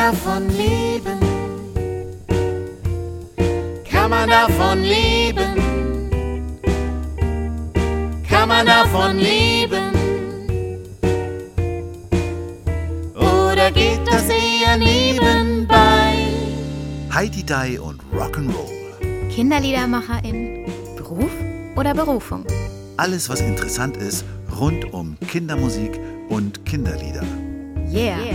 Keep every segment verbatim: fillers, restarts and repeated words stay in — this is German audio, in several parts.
davon leben? Kann man davon leben? Kann man davon leben? Oder geht das eher nebenbei? Heidi Dai und Rock'n'Roll. Kinderliedermacherin, Beruf oder Berufung? Alles, was interessant ist rund um Kindermusik und Kinderlieder. Yeah. yeah.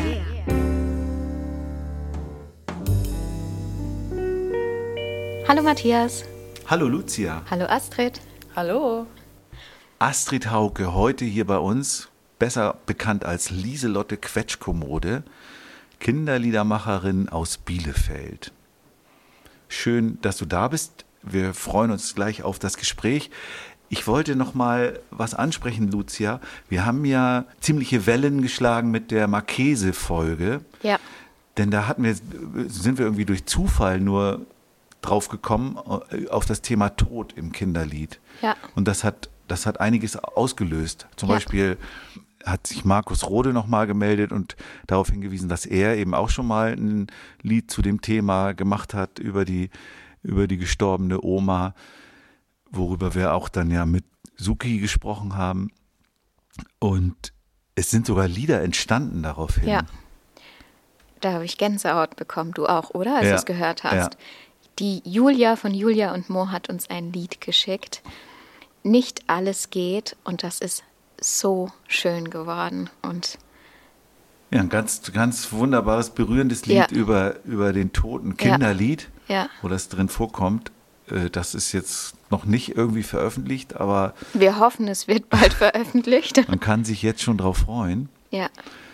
Hallo Matthias. Hallo Lucia. Hallo Astrid. Hallo. Astrid Hauke, heute hier bei uns, besser bekannt als Lieselotte Quetschkommode, Kinderliedermacherin aus Bielefeld. Schön, dass du da bist. Wir freuen uns gleich auf das Gespräch. Ich wollte noch mal was ansprechen, Lucia. Wir haben ja ziemliche Wellen geschlagen mit der Marchese-Folge. Ja. Denn da hatten wir, sind wir irgendwie durch Zufall nur drauf gekommen, auf das Thema Tod im Kinderlied. Ja. Und das hat, das hat einiges ausgelöst. Zum ja. Beispiel hat sich Markus Rode noch mal gemeldet und darauf hingewiesen, dass er eben auch schon mal ein Lied zu dem Thema gemacht hat über die, über die gestorbene Oma, worüber wir auch dann ja mit Suki gesprochen haben. Und es sind sogar Lieder entstanden daraufhin. Ja, da habe ich Gänsehaut bekommen. Du auch, oder? Als ja. du es gehört hast. Ja. Die Julia von Julia und Mo hat uns ein Lied geschickt. Nicht alles geht, und das ist so schön geworden. Und ja, ein ganz, ganz wunderbares, berührendes Lied ja. über, über den toten Kinderlied, ja. Ja. wo das drin vorkommt. Das ist jetzt noch nicht irgendwie veröffentlicht, aber wir hoffen, es wird bald veröffentlicht. Man kann sich jetzt schon drauf freuen. Ja.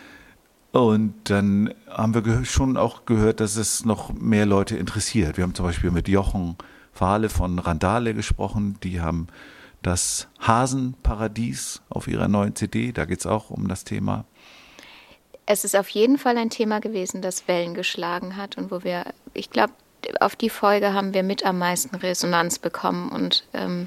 Und dann haben wir ge- schon auch gehört, dass es noch mehr Leute interessiert. Wir haben zum Beispiel mit Jochen Fahle von Randale gesprochen. Die haben das Hasenparadies auf ihrer neuen C D. Da geht es auch um das Thema. Es ist auf jeden Fall ein Thema gewesen, das Wellen geschlagen hat und wo wir, ich glaube, auf die Folge haben wir mit am meisten Resonanz bekommen. Und ähm,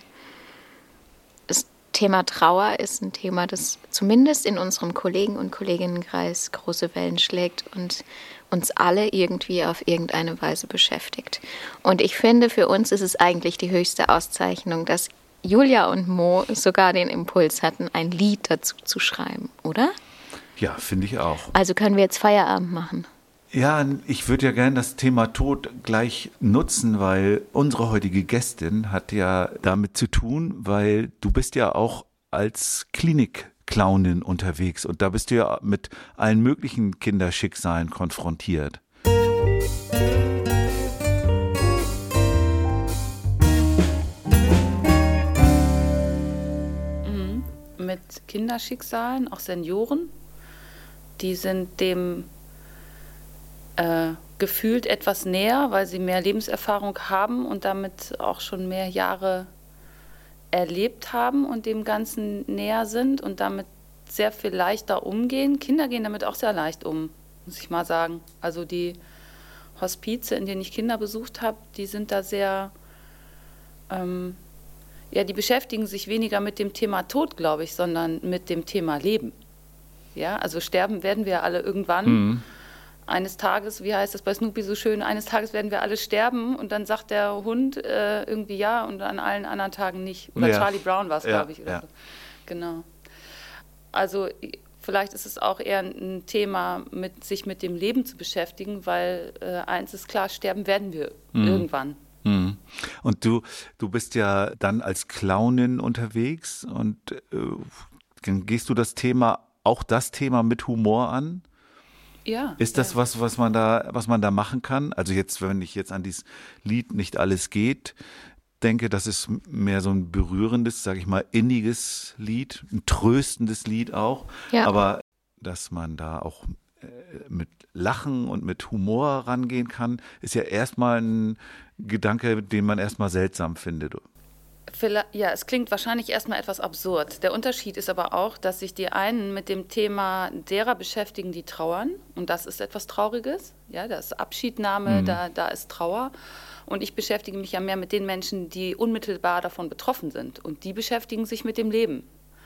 das Thema Trauer ist ein Thema, das zumindest in unserem Kollegen- und Kolleginnenkreis große Wellen schlägt und uns alle irgendwie auf irgendeine Weise beschäftigt. Und ich finde, für uns ist es eigentlich die höchste Auszeichnung, dass Julia und Mo sogar den Impuls hatten, ein Lied dazu zu schreiben, oder? Ja, finde ich auch. Also können wir jetzt Feierabend machen. Ja, ich würde ja gerne das Thema Tod gleich nutzen, weil unsere heutige Gästin hat ja damit zu tun, weil du bist ja auch als Klinikclownin unterwegs und da bist du ja mit allen möglichen Kinderschicksalen konfrontiert. Mhm. Mit Kinderschicksalen, auch Senioren, die sind dem Äh, gefühlt etwas näher, weil sie mehr Lebenserfahrung haben und damit auch schon mehr Jahre erlebt haben und dem Ganzen näher sind und damit sehr viel leichter umgehen. Kinder gehen damit auch sehr leicht um, muss ich mal sagen. Also die Hospize, in denen ich Kinder besucht habe, die sind da sehr, ähm, ja, die beschäftigen sich weniger mit dem Thema Tod, glaube ich, sondern mit dem Thema Leben. Ja, also sterben werden wir alle irgendwann. Mhm. Eines Tages, wie heißt das bei Snoopy so schön, eines Tages werden wir alle sterben und dann sagt der Hund äh, irgendwie ja und an allen anderen Tagen nicht. Oder ja. Charlie Brown war es, ja, glaube ich. Oder ja. so. Genau. Also vielleicht ist es auch eher ein Thema, mit, sich mit dem Leben zu beschäftigen, weil äh, eins ist klar, sterben werden wir mhm. irgendwann. Mhm. Und du, du bist ja dann als Clownin unterwegs und äh, dann gehst du das Thema, auch das Thema mit Humor an? Ja. Ist das ja. was, was man da, was man da machen kann? Also jetzt, wenn ich jetzt an dieses Lied Nicht alles geht denke, das ist mehr so ein berührendes, sage ich mal, inniges Lied, ein tröstendes Lied auch. Ja. Aber dass man da auch äh, mit Lachen und mit Humor rangehen kann, ist ja erstmal ein Gedanke, den man erstmal seltsam findet. Ja, es klingt wahrscheinlich erstmal etwas absurd. Der Unterschied ist aber auch, dass sich die einen mit dem Thema derer beschäftigen, die trauern. Und das ist etwas Trauriges. Ja, da ist Abschiednahme, Mhm. da, da ist Trauer. Und ich beschäftige mich ja mehr mit den Menschen, die unmittelbar davon betroffen sind. Und die beschäftigen sich mit dem Leben.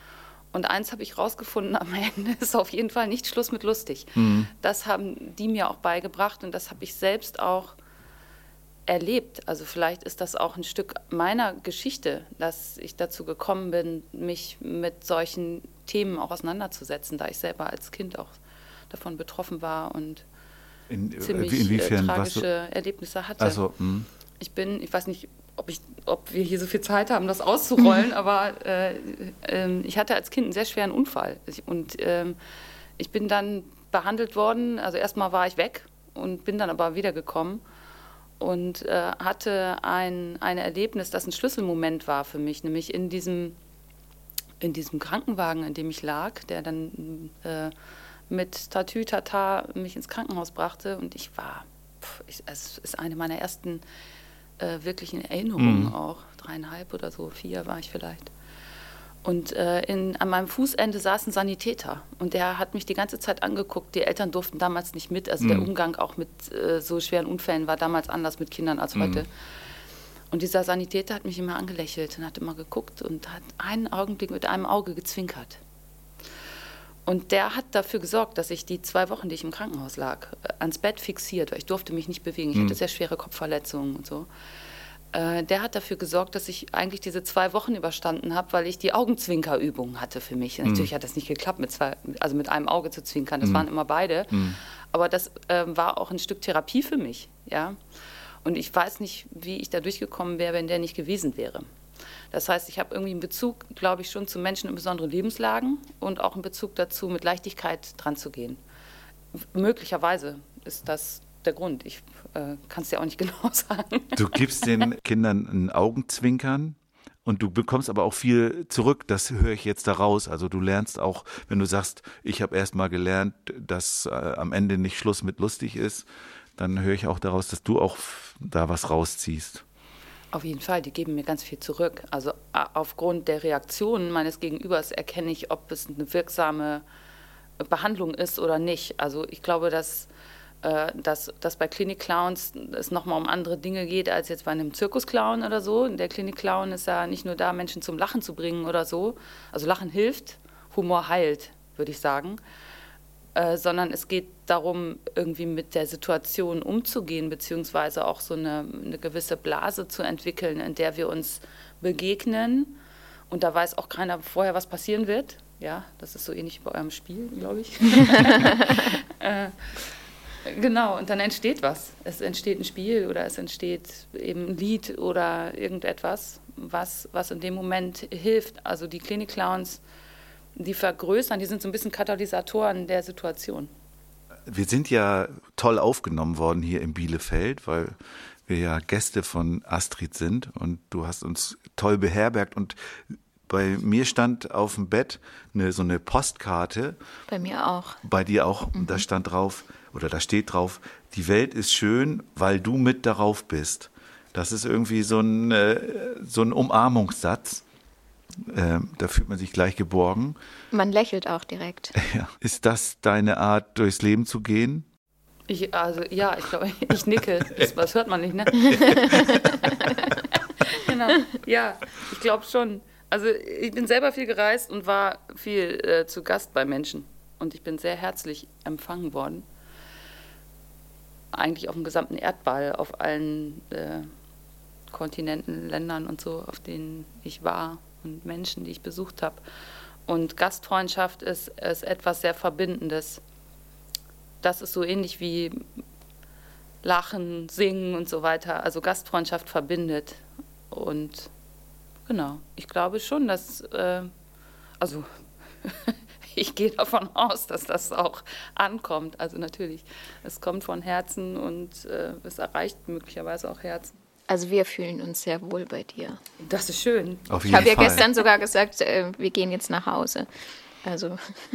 Und eins habe ich rausgefunden, am Ende ist auf jeden Fall nicht Schluss mit lustig. Mhm. Das haben die mir auch beigebracht und das habe ich selbst auch erlebt. Also vielleicht ist das auch ein Stück meiner Geschichte, dass ich dazu gekommen bin, mich mit solchen Themen auch auseinanderzusetzen, da ich selber als Kind auch davon betroffen war und In, ziemlich inwiefern, äh, was tragische du, Erlebnisse hatte. also, mh. Ich bin, ich weiß nicht, ob, ich, ob wir hier so viel Zeit haben, das auszurollen, aber äh, äh, ich hatte als Kind einen sehr schweren Unfall. Ich, und äh, ich bin dann behandelt worden, also erstmal war ich weg und bin dann aber wiedergekommen und äh, hatte ein, ein Erlebnis, das ein Schlüsselmoment war für mich, nämlich in diesem, in diesem Krankenwagen, in dem ich lag, der dann äh, mit Tatütata mich ins Krankenhaus brachte und ich war, pff, ich, es ist eine meiner ersten äh, wirklichen Erinnerungen Mhm. auch, dreieinhalb oder so, vier war ich vielleicht. Und äh, in, an meinem Fußende saß ein Sanitäter und der hat mich die ganze Zeit angeguckt. Die Eltern durften damals nicht mit, also der Mhm. Umgang auch mit äh, so schweren Unfällen war damals anders mit Kindern als Mhm. heute. Und dieser Sanitäter hat mich immer angelächelt und hat immer geguckt und hat einen Augenblick mit einem Auge gezwinkert. Und der hat dafür gesorgt, dass ich die zwei Wochen, die ich im Krankenhaus lag, äh, ans Bett fixiert, weil ich durfte mich nicht bewegen. Ich Mhm. hatte sehr schwere Kopfverletzungen und so. Äh, der hat dafür gesorgt, dass ich eigentlich diese zwei Wochen überstanden habe, weil ich die Augenzwinkerübungen hatte für mich. Mhm. Natürlich hat das nicht geklappt, mit zwei, also mit einem Auge zu zwinkern. Das Mhm. waren immer beide. Mhm. Aber das äh, war auch ein Stück Therapie für mich. Ja? Und ich weiß nicht, wie ich da durchgekommen wäre, wenn der nicht gewesen wäre. Das heißt, ich habe irgendwie einen Bezug, glaube ich, schon zu Menschen in besonderen Lebenslagen und auch einen Bezug dazu, mit Leichtigkeit dran zu gehen. Möglicherweise ist das der Grund. Ich äh, kann es dir auch nicht genau sagen. Du gibst den Kindern ein Augenzwinkern und du bekommst aber auch viel zurück, das höre ich jetzt daraus. Also du lernst auch, wenn du sagst, ich habe erst mal gelernt, dass äh, am Ende nicht Schluss mit lustig ist, dann höre ich auch daraus, dass du auch da was rausziehst. Auf jeden Fall, die geben mir ganz viel zurück. Also a- aufgrund der Reaktionen meines Gegenübers erkenne ich, ob es eine wirksame Behandlung ist oder nicht. Also ich glaube, dass, äh, dass, dass bei Klinik-Clowns es nochmal um andere Dinge geht, als jetzt bei einem Zirkusclown oder so. Der Klinik-Clown ist ja nicht nur da, Menschen zum Lachen zu bringen oder so. Also Lachen hilft, Humor heilt, würde ich sagen. Äh, sondern es geht darum, irgendwie mit der Situation umzugehen, beziehungsweise auch so eine, eine gewisse Blase zu entwickeln, in der wir uns begegnen. Und da weiß auch keiner vorher, was passieren wird. Ja, das ist so ähnlich wie bei eurem Spiel, glaube ich. äh, genau, und dann entsteht was. Es entsteht ein Spiel oder es entsteht eben ein Lied oder irgendetwas, was, was in dem Moment hilft. Also die Klinik-Clowns, die vergrößern, die sind so ein bisschen Katalysatoren der Situation. Wir sind ja toll aufgenommen worden hier in Bielefeld, weil wir ja Gäste von Astrid sind und du hast uns toll beherbergt und bei mir stand auf dem Bett eine, so eine Postkarte. Bei mir auch. Bei dir auch. Mhm. Da stand drauf, oder da steht drauf, die Welt ist schön, weil du mit darauf bist. Das ist irgendwie so ein, äh, so ein Umarmungssatz. Äh, da fühlt man sich gleich geborgen. Man lächelt auch direkt. Ja. Ist das deine Art, durchs Leben zu gehen? Ich, also ja, ich glaube, ich nicke. Das, das hört man nicht, ne? Genau. Ja, ich glaube schon. Also ich bin selber viel gereist und war viel äh, zu Gast bei Menschen. Und ich bin sehr herzlich empfangen worden. Eigentlich auf dem gesamten Erdball, auf allen äh, Kontinenten, Ländern und so, auf denen ich war und Menschen, die ich besucht habe. Und Gastfreundschaft ist, ist etwas sehr Verbindendes. Das ist so ähnlich wie Lachen, Singen und so weiter. Also Gastfreundschaft verbindet. Und genau, ich glaube schon, dass, äh, also ich gehe davon aus, dass das auch ankommt. Also natürlich, es kommt von Herzen und äh, es erreicht möglicherweise auch Herzen. Also wir fühlen uns sehr wohl bei dir. Das ist schön. Auf Ich jeden habe ja Fall. gestern sogar gesagt, äh, wir gehen jetzt nach Hause. Also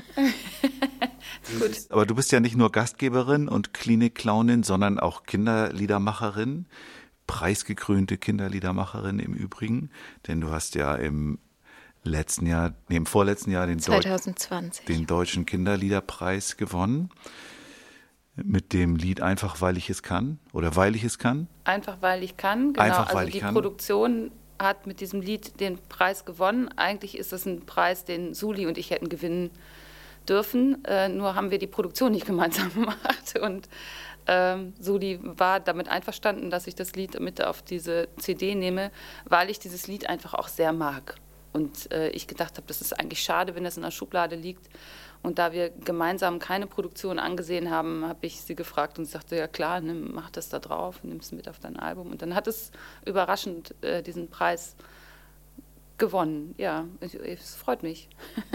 Gut. Aber du bist ja nicht nur Gastgeberin und Klinik-Clownin, sondern auch Kinderliedermacherin, preisgekrönte Kinderliedermacherin im Übrigen, denn du hast ja im letzten Jahr, nee, im vorletzten Jahr den, Deu- zwanzig zwanzig. den Deutschen Kinderliederpreis gewonnen mit dem Lied Einfach, weil ich es kann oder weil ich es kann. Einfach weil ich kann. Genau, Einfach, weil also ich die kann. Produktion hat mit diesem Lied den Preis gewonnen. Eigentlich ist das ein Preis, den Suli und ich hätten gewinnen dürfen. Äh, nur haben wir die Produktion nicht gemeinsam gemacht. Und ähm, Suli war damit einverstanden, dass ich das Lied mit auf diese C D nehme, weil ich dieses Lied einfach auch sehr mag. Und äh, ich gedacht habe, das ist eigentlich schade, wenn das in der Schublade liegt. Und da wir gemeinsam keine Produktion angesehen haben, habe ich sie gefragt und sie sagte, ja klar, nimm, mach das da drauf, nimm es mit auf dein Album. Und dann hat es überraschend äh, diesen Preis gewonnen. Ja, es freut mich.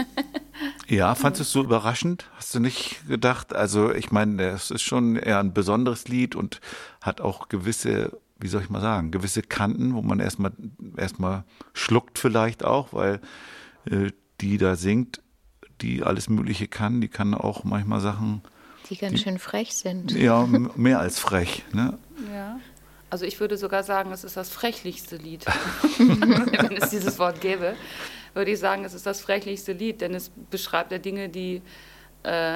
Ja, fandest du es so überraschend? Hast du nicht gedacht? Also ich meine, es ist schon eher ein besonderes Lied und hat auch gewisse, wie soll ich mal sagen, gewisse Kanten, wo man erstmal erstmal schluckt vielleicht auch, weil äh, die da singt, die alles Mögliche kann, die kann auch manchmal Sachen, die ganz die, schön frech sind. Ja, mehr als frech. Ne? Ja, also ich würde sogar sagen, es ist das frechlichste Lied. Wenn es dieses Wort gäbe, würde ich sagen, es ist das frechlichste Lied, denn es beschreibt ja Dinge, die, äh,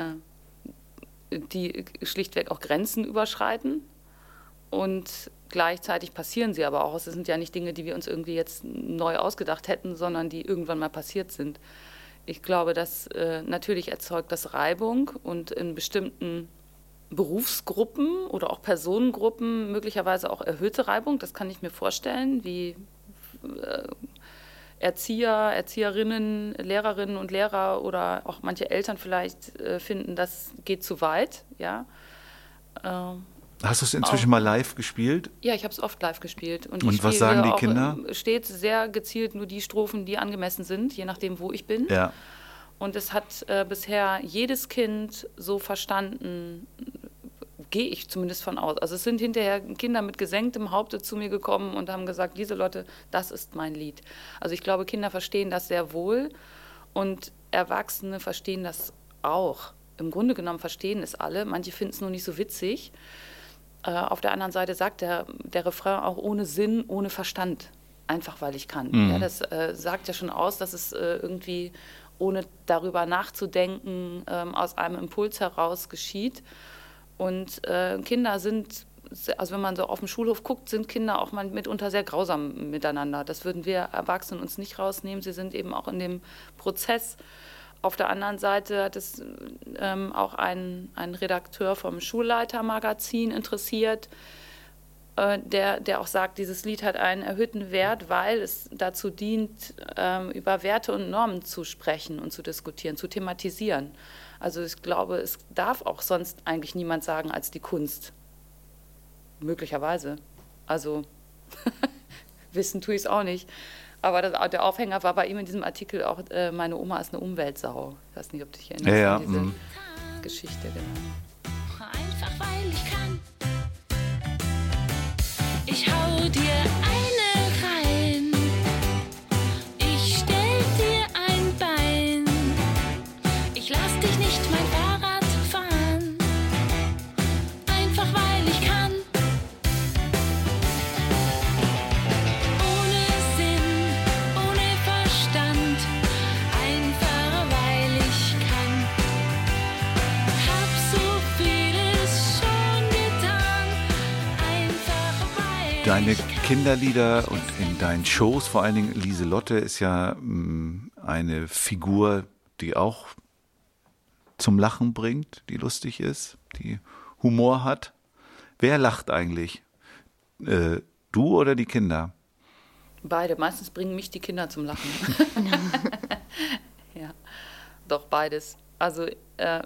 die schlichtweg auch Grenzen überschreiten und gleichzeitig passieren sie aber auch. Es sind ja nicht Dinge, die wir uns irgendwie jetzt neu ausgedacht hätten, sondern die irgendwann mal passiert sind. Ich glaube, dass äh, natürlich erzeugt das Reibung und in bestimmten Berufsgruppen oder auch Personengruppen möglicherweise auch erhöhte Reibung. Das kann ich mir vorstellen, wie äh, Erzieher, Erzieherinnen, Lehrerinnen und Lehrer oder auch manche Eltern vielleicht äh, finden, das geht zu weit. Ja. Ähm. Hast du es inzwischen auch mal live gespielt? Ja, ich habe es oft live gespielt. Und, und ich was sagen die auch Kinder? Stets sehr gezielt nur die Strophen, die angemessen sind, je nachdem, wo ich bin. Ja. Und es hat äh, bisher jedes Kind so verstanden, gehe ich zumindest von aus. Also es sind hinterher Kinder mit gesenktem Haupte zu mir gekommen und haben gesagt, Lieselotte, das ist mein Lied. Also ich glaube, Kinder verstehen das sehr wohl und Erwachsene verstehen das auch. Im Grunde genommen verstehen es alle. Manche finden es nur nicht so witzig. Auf der anderen Seite sagt der, der Refrain auch ohne Sinn, ohne Verstand, einfach weil ich kann. Mhm. Ja, das äh, sagt ja schon aus, dass es äh, irgendwie ohne darüber nachzudenken ähm, aus einem Impuls heraus geschieht. Und äh, Kinder sind, also wenn man so auf dem Schulhof guckt, sind Kinder auch mal mitunter sehr grausam miteinander. Das würden wir Erwachsenen uns nicht rausnehmen. Sie sind eben auch in dem Prozess. Auf der anderen Seite hat es ähm, auch ein, ein Redakteur vom Schulleitermagazin interessiert, äh, der, der auch sagt, dieses Lied hat einen erhöhten Wert, weil es dazu dient, ähm, über Werte und Normen zu sprechen und zu diskutieren, zu thematisieren. Also ich glaube, es darf auch sonst eigentlich niemand sagen als die Kunst. Möglicherweise. Also wissen tue ich es auch nicht. Aber das, der Aufhänger war bei ihm in diesem Artikel auch, äh, meine Oma ist eine Umweltsau. Ich weiß nicht, ob du dich erinnerst ja, ja. an diese mm. Geschichte. Genau. Einfach weil ich kann. Ich hau dir eine rein. Ich stell dir ein Bein. Ich lass dich nicht mein Fahrrad fahren. Einfach weil ich kann. Deine Kinderlieder und in deinen Shows, vor allen Dingen Lieselotte ist ja mh, eine Figur, die auch zum Lachen bringt, die lustig ist, die Humor hat. Wer lacht eigentlich? Äh, du oder die Kinder? Beide. Meistens bringen mich die Kinder zum Lachen. Ja, doch beides. Also äh,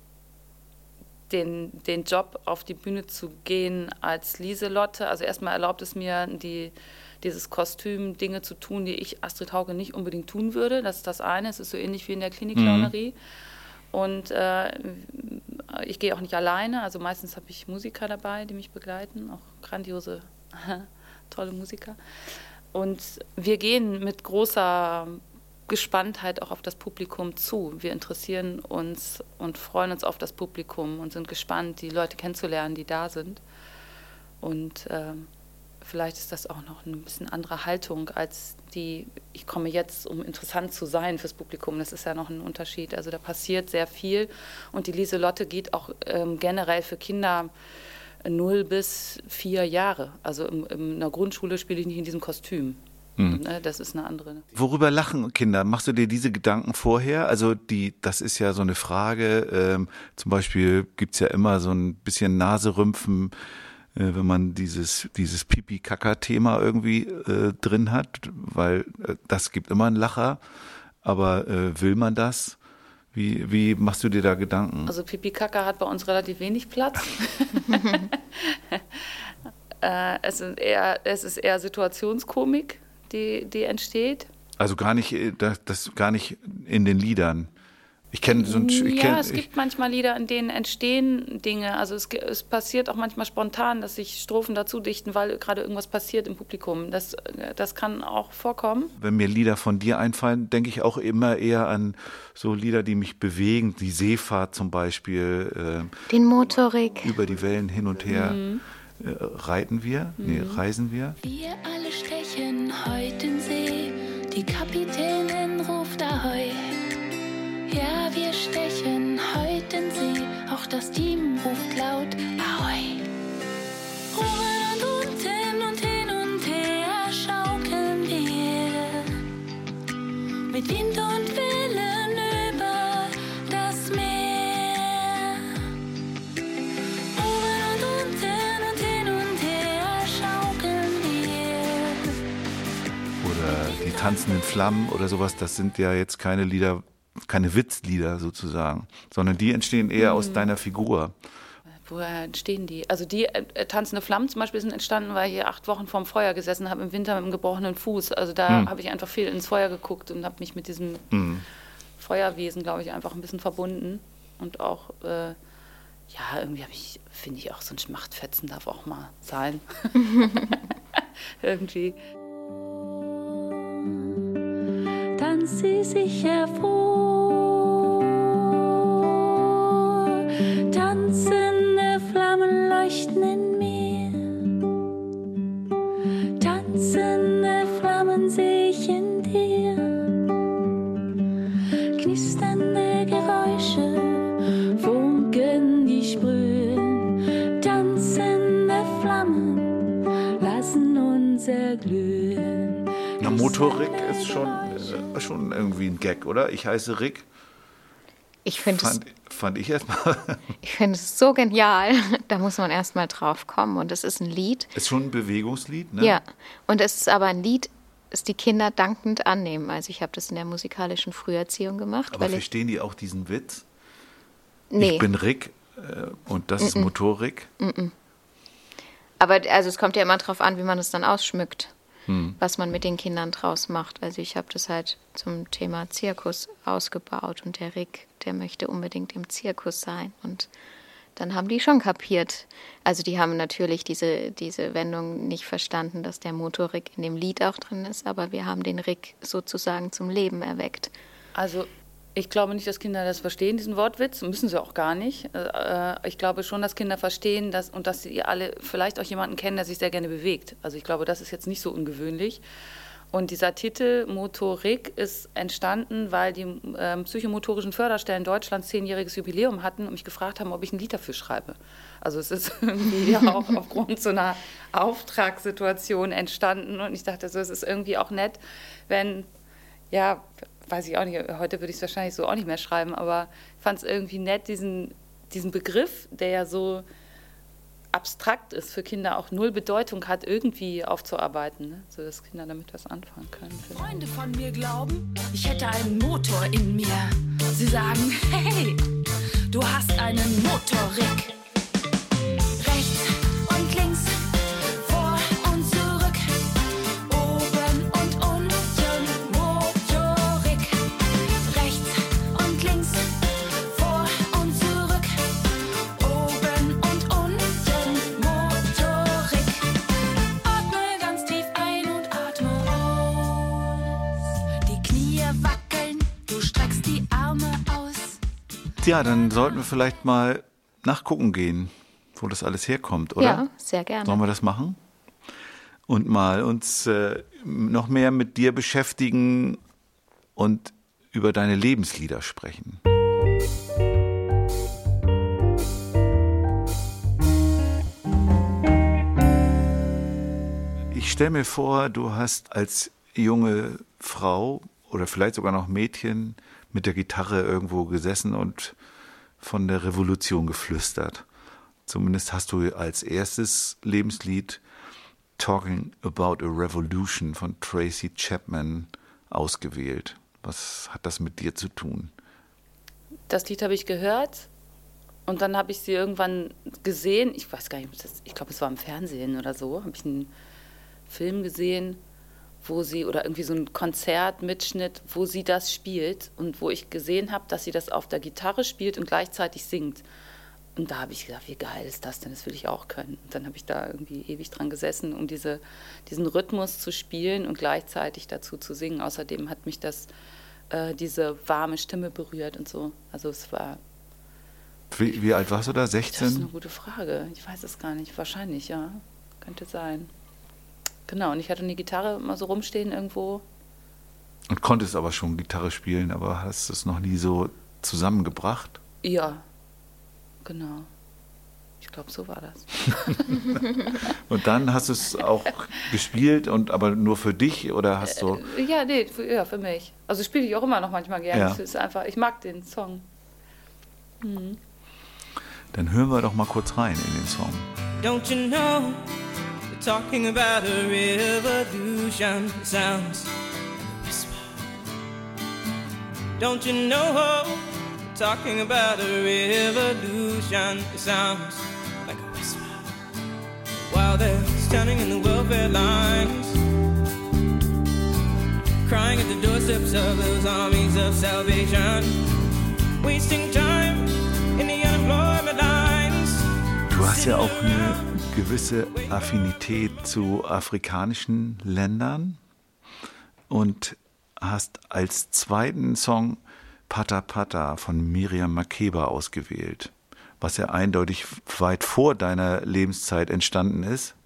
Den, den Job auf die Bühne zu gehen als Lieselotte. Also erstmal erlaubt es mir, die, dieses Kostüm, Dinge zu tun, die ich, Astrid Hauke, nicht unbedingt tun würde. Das ist das eine. Es ist so ähnlich wie in der Klinik-Clownerie. Mhm. Und äh, ich gehe auch nicht alleine. Also meistens habe ich Musiker dabei, die mich begleiten. Auch grandiose, tolle Musiker. Und wir gehen mit großer Gespanntheit auch auf das Publikum zu. Wir interessieren uns und freuen uns auf das Publikum und sind gespannt, die Leute kennenzulernen, die da sind. Und äh, vielleicht ist das auch noch eine bisschen andere Haltung als die, ich komme jetzt, um interessant zu sein fürs Publikum. Das ist ja noch ein Unterschied. Also da passiert sehr viel. Und die Lieselotte geht auch ähm, generell für Kinder null bis vier Jahre. Also in, in einer Grundschule spiele ich nicht in diesem Kostüm. Mhm. Ne, das ist eine andere. Worüber lachen Kinder? Machst du dir diese Gedanken vorher? Also die, das ist ja so eine Frage. Ähm, zum Beispiel gibt's ja immer so ein bisschen Naserümpfen, äh, wenn man dieses dieses Pipi-Kaka-Thema irgendwie äh, drin hat, weil äh, das gibt immer einen Lacher. Aber äh, will man das? Wie wie machst du dir da Gedanken? Also Pipi Kaka hat bei uns relativ wenig Platz. äh, es, sind eher, es ist eher Situationskomik, die, die entsteht. Also gar nicht, äh, das, das gar nicht in den Liedern. Ich kenne so ein, ich Ja, kenn, es gibt manchmal Lieder, in denen entstehen Dinge. Also es, ge- es passiert auch manchmal spontan, dass sich Strophen dazu dichten, weil gerade irgendwas passiert im Publikum. Das, das kann auch vorkommen. Wenn mir Lieder von dir einfallen, denke ich auch immer eher an so Lieder, die mich bewegen. Die Seefahrt zum Beispiel. Äh, Den Motorik. über die Wellen hin und her Mhm. äh, reiten wir, nee, reisen wir. Wir alle stechen heut in See, die Kapitänin ruft Ahoi. Ja, wir stechen heut in See, auch das Team ruft laut Ahoi. Oben und unten und hin und her schaukeln wir, mit Wind und Wellen über das Meer. Oben und unten und hin und her schaukeln wir. Oder die tanzenden Flammen oder sowas, das sind ja jetzt keine Lieder, keine Witzlieder sozusagen, sondern die entstehen eher Mhm. aus deiner Figur. Woher entstehen die? Also die äh, Tanzende Flammen zum Beispiel sind entstanden, weil ich hier acht Wochen vorm Feuer gesessen habe, im Winter mit einem gebrochenen Fuß. Also da Hm. habe ich einfach viel ins Feuer geguckt und habe mich mit diesem Mhm. Feuerwesen, glaube ich, einfach ein bisschen verbunden. Und auch, äh, ja, irgendwie habe ich, finde ich auch, so ein Schmachtfetzen darf auch mal sein. Irgendwie. Tanzt sie sich hervor. Tanzende Flammen leuchten in mir. Tanzende Flammen sehe ich in dir. Knisternde Geräusche, Funken, die sprühen. Tanzende Flammen lassen uns erglühen. Na, Motor-Rick ist schon, äh, schon irgendwie ein Gag, oder? Ich heiße Rick. Ich finde es, Fand, fand ich erstmal. ich finde es so genial. Da muss man erst mal drauf kommen. Und es ist ein Lied. Ist schon ein Bewegungslied, ne? Ja. Und es ist aber ein Lied, das die Kinder dankend annehmen. Also ich habe das in der musikalischen Früherziehung gemacht. Aber weil ich, verstehen die auch diesen Witz? nee. Ich bin Rick äh, und das ist Motor-Rick. Aber also es kommt ja immer drauf an, wie man es dann ausschmückt. Hm. Was man mit den Kindern draus macht. Also ich habe das halt zum Thema Zirkus ausgebaut und der Rick, der möchte unbedingt im Zirkus sein und dann haben die schon kapiert. Also die haben natürlich diese, diese Wendung nicht verstanden, dass der Motor-Rick in dem Lied auch drin ist, aber wir haben den Rick sozusagen zum Leben erweckt. Also ich glaube nicht, dass Kinder das verstehen, diesen Wortwitz. Müssen sie auch gar nicht. Äh, Ich glaube schon, dass Kinder verstehen dass, und dass sie alle vielleicht auch jemanden kennen, der sich sehr gerne bewegt. Also ich glaube, das ist jetzt nicht so ungewöhnlich. Und dieser Titel Motorik ist entstanden, weil die ähm, psychomotorischen Förderstellen Deutschlands zehnjähriges Jubiläum hatten und mich gefragt haben, ob ich ein Lied dafür schreibe. Also es ist irgendwie auch aufgrund so einer Auftragssituation entstanden. Und ich dachte, so, es ist irgendwie auch nett, wenn, ja, weiß ich auch nicht, heute würde ich es wahrscheinlich so auch nicht mehr schreiben, aber ich fand es irgendwie nett, diesen, diesen Begriff, der ja so abstrakt ist, für Kinder auch null Bedeutung hat, irgendwie aufzuarbeiten, ne? So dass Kinder damit was anfangen können. Vielleicht. Freunde von mir glauben, ich hätte einen Motor in mir. Sie sagen, hey, du hast einen Motor-Rick. Rechts und links, vor und zurück, oben und unten, Motor-Rick. Rechts und links, vor und zurück, oben und unten, Motor-Rick. Atme ganz tief ein und atme aus. Die Knie wackeln, du streckst die Arme aus. Ja, dann sollten wir vielleicht mal nachgucken gehen, wo das alles herkommt, oder? Ja, sehr gerne. Sollen wir das machen? Und mal uns äh, noch mehr mit dir beschäftigen und über deine Lebenslieder sprechen. Ich stelle mir vor, du hast als junge Frau oder vielleicht sogar noch Mädchen mit der Gitarre irgendwo gesessen und von der Revolution geflüstert. Zumindest hast du als erstes Lebenslied Talking About a Revolution von Tracy Chapman ausgewählt. Was hat das mit dir zu tun? Das Lied habe ich gehört und dann habe ich sie irgendwann gesehen. Ich weiß gar nicht, ich glaube, es war im Fernsehen oder so. Habe ich einen Film gesehen, wo sie, oder irgendwie so ein Konzertmitschnitt, wo sie das spielt und wo ich gesehen habe, dass sie das auf der Gitarre spielt und gleichzeitig singt. Und da habe ich gedacht, wie geil ist das denn, das will ich auch können. Und dann habe ich da irgendwie ewig dran gesessen, um diese, diesen Rhythmus zu spielen und gleichzeitig dazu zu singen. Außerdem hat mich das, äh, diese warme Stimme berührt und so. Also es war... Wie, wie alt warst du da, sechzehn? Das ist eine gute Frage, ich weiß es gar nicht. Wahrscheinlich, ja, könnte sein. Genau, und ich hatte eine Gitarre mal so rumstehen irgendwo. Und konntest aber schon Gitarre spielen, aber hast es noch nie so zusammengebracht? Ja, genau. Ich glaube, so war das. Und dann hast du es auch gespielt, und aber nur für dich, oder hast du... Äh, ja, nee, für, ja, für mich. Also spiele ich auch immer noch manchmal gerne. Ja. Es ist einfach, ich mag den Song. Mhm. Dann hören wir doch mal kurz rein in den Song. Don't you know, we're talking about a revolution. It sounds like a whisper. Don't you know, we're talking about a revolution. It sounds like a whisper. While they're standing in the welfare lines, crying at the doorsteps of those armies of salvation, wasting time in the unemployment lines. Du hast ja auch eine gewisse Affinität zu afrikanischen Ländern und hast als zweiten Song Pata Pata von Miriam Makeba ausgewählt, was ja eindeutig weit vor deiner Lebenszeit entstanden ist.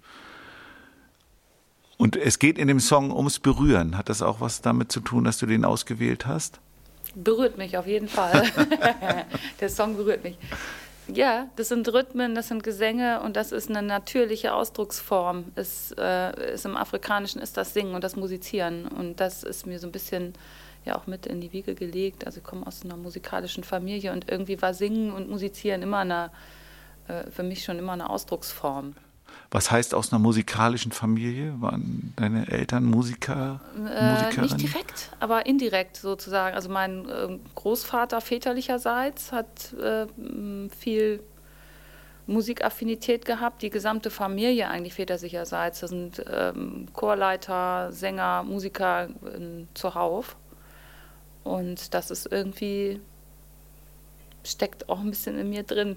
Und es geht in dem Song ums Berühren. Hat das auch was damit zu tun, dass du den ausgewählt hast? Berührt mich auf jeden Fall. Der Song berührt mich. Ja, das sind Rhythmen, das sind Gesänge und das ist eine natürliche Ausdrucksform. Es, äh, ist im Afrikanischen ist das Singen und das Musizieren. Und das ist mir so ein bisschen ja auch mit in die Wiege gelegt. Also ich komme aus einer musikalischen Familie und irgendwie war Singen und Musizieren immer eine, äh, für mich schon immer eine Ausdrucksform. Was heißt aus einer musikalischen Familie? Waren deine Eltern Musiker, äh, Nicht direkt, aber indirekt sozusagen. Also mein äh, Großvater väterlicherseits hat äh, viel Musikaffinität gehabt. Die gesamte Familie eigentlich väterlicherseits. Das sind ähm, Chorleiter, Sänger, Musiker äh, zuhauf. Und das ist irgendwie, steckt auch ein bisschen in mir drin.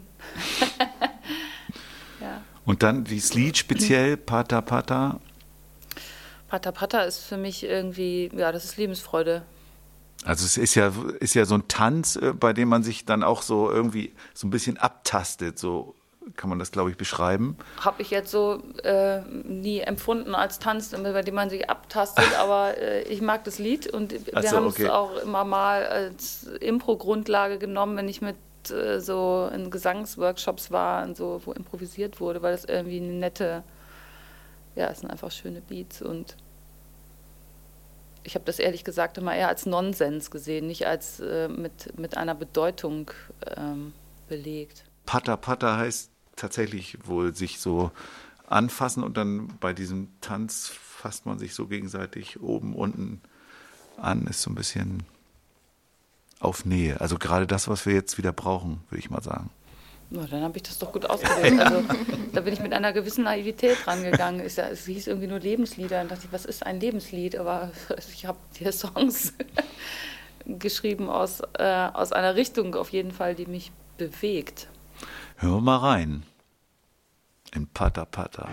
Ja. Und dann dieses Lied speziell, Pata Pata. Pata Pata ist für mich irgendwie, ja, das ist Lebensfreude. Also es ist ja, ist ja so ein Tanz, bei dem man sich dann auch so irgendwie so ein bisschen abtastet, so kann man das, glaube ich, beschreiben. Habe ich jetzt so äh, nie empfunden als Tanz, bei dem man sich abtastet, aber äh, ich mag das Lied und wir so, haben okay. es auch immer mal als Impro-Grundlage genommen, wenn ich mit so in Gesangsworkshops war und so, wo improvisiert wurde, weil das irgendwie eine nette, ja, es sind einfach schöne Beats und ich habe das ehrlich gesagt immer eher als Nonsens gesehen, nicht als äh, mit, mit einer Bedeutung ähm, belegt. Pata Pata heißt tatsächlich wohl sich so anfassen und dann bei diesem Tanz fasst man sich so gegenseitig oben, unten an, ist so ein bisschen auf Nähe. Also gerade das, was wir jetzt wieder brauchen, würde ich mal sagen. Na, dann habe ich das doch gut ausgewählt. Also, da bin ich mit einer gewissen Naivität rangegangen. Es, es hieß irgendwie nur Lebenslieder. Und dachte ich, was ist ein Lebenslied? Aber ich habe hier Songs geschrieben aus, äh, aus einer Richtung auf jeden Fall, die mich bewegt. Hören wir mal rein in Pata Pata.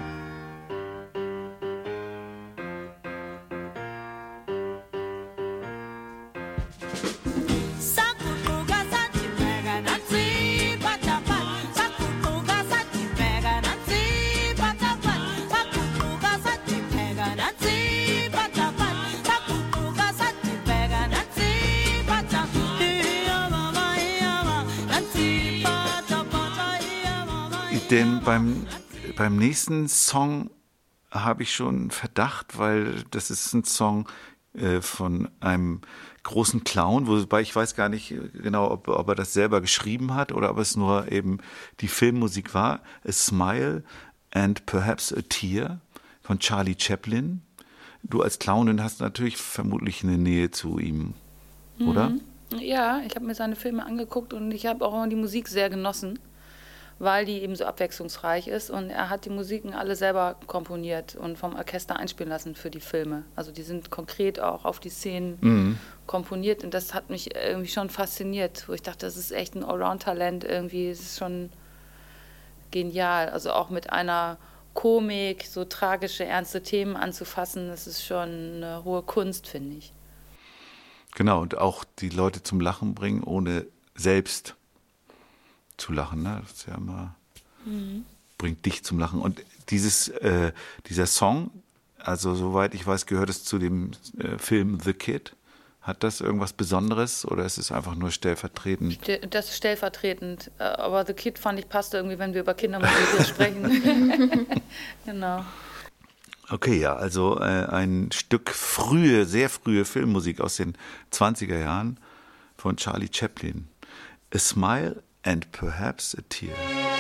Denn beim, beim nächsten Song habe ich schon einen Verdacht, weil das ist ein Song äh, von einem großen Clown, wobei ich weiß gar nicht genau, ob, ob er das selber geschrieben hat oder ob es nur eben die Filmmusik war. A Smile and Perhaps a Tear von Charlie Chaplin. Du als Clownin hast natürlich vermutlich eine Nähe zu ihm, oder? Mhm. Ja, ich habe mir seine Filme angeguckt und ich habe auch immer die Musik sehr genossen, weil die eben so abwechslungsreich ist. Und er hat die Musiken alle selber komponiert und vom Orchester einspielen lassen für die Filme. Also die sind konkret auch auf die Szenen mhm. komponiert. Und das hat mich irgendwie schon fasziniert, wo ich dachte, das ist echt ein Allround-Talent irgendwie. Es ist schon genial. Also auch mit einer Komik, so tragische, ernste Themen anzufassen, das ist schon eine hohe Kunst, finde ich. Genau, und auch die Leute zum Lachen bringen, ohne selbst zu lachen. Ne? Das ist ja immer, mhm. bringt dich zum Lachen. Und dieses, äh, dieser Song, also soweit ich weiß, gehört es zu dem äh, Film The Kid. Hat das irgendwas Besonderes oder ist es einfach nur stellvertretend? Das ist stellvertretend. Aber The Kid fand ich passte irgendwie, wenn wir über Kindermusik sprechen. Genau. Okay, ja, also äh, ein Stück frühe, sehr frühe Filmmusik aus den zwanziger Jahren von Charlie Chaplin. A Smile and Perhaps a Tear.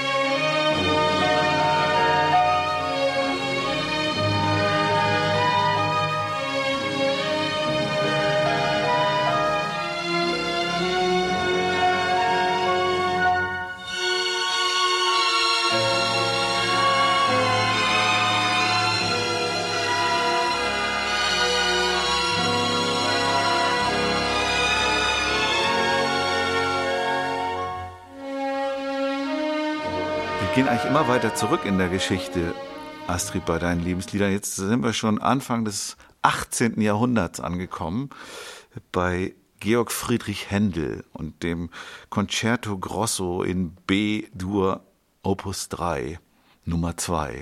Wir gehen eigentlich immer weiter zurück in der Geschichte, Astrid, bei deinen Lebensliedern. Jetzt sind wir schon Anfang des achtzehnten Jahrhunderts angekommen, bei Georg Friedrich Händel und dem Concerto Grosso in B-Dur Opus drei, Nummer zwei.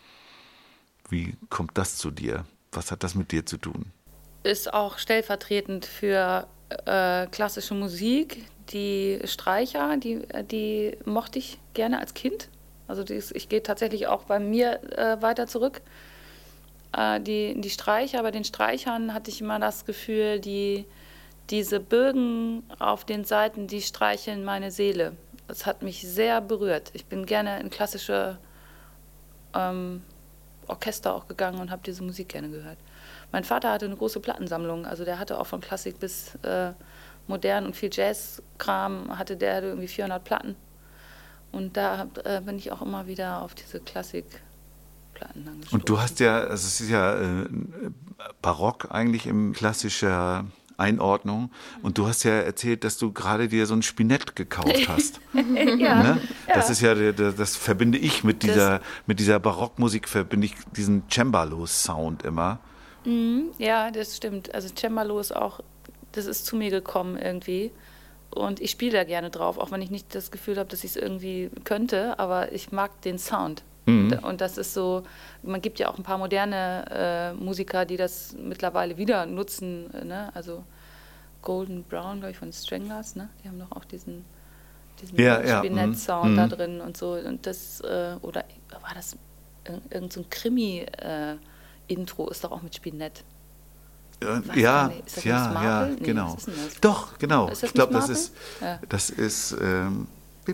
Wie kommt das zu dir? Was hat das mit dir zu tun? Ist auch stellvertretend für äh, klassische Musik. Die Streicher, die, die mochte ich gerne als Kind. Also dies, ich gehe tatsächlich auch bei mir äh, weiter zurück. Äh, die, die Streicher, bei den Streichern hatte ich immer das Gefühl, die, diese Bögen auf den Seiten, die streicheln meine Seele. Das hat mich sehr berührt. Ich bin gerne in klassische ähm, Orchester auch gegangen und habe diese Musik gerne gehört. Mein Vater hatte eine große Plattensammlung, also der hatte auch von Klassik bis äh, modern und viel Jazzkram, hatte der irgendwie vierhundert Platten. Und da äh, bin ich auch immer wieder auf diese Klassikplatten dann gestoßen. Und du hast ja, also es ist ja äh, Barock eigentlich in klassischer Einordnung. Und du hast ja erzählt, dass du gerade dir so ein Spinett gekauft hast. ja, ne? ja. Das ist ja, das verbinde ich mit dieser, mit dieser Barockmusik, verbinde ich diesen Cembalo-Sound immer. Mhm, ja, das stimmt. Also Cembalo ist auch, das ist zu mir gekommen irgendwie. Und ich spiele da gerne drauf, auch wenn ich nicht das Gefühl habe, dass ich es irgendwie könnte, aber ich mag den Sound. Mhm. Und das ist so, man gibt ja auch ein paar moderne äh, Musiker, die das mittlerweile wieder nutzen, ne? Also Golden Brown, glaube ich, von Stranglers, ne? Die haben doch auch diesen, diesen ja, ja. Spinett-Sound mhm. da drin und so. Und das, äh, oder war das irgend so ein Krimi-Intro, äh, ist doch auch mit Spinett. Was ja, ist das ja, ja, nee, genau. Doch, genau. Ist das ich glaube, das Marvel? ist, ja. das ist. Ähm,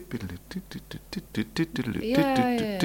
ja, ja,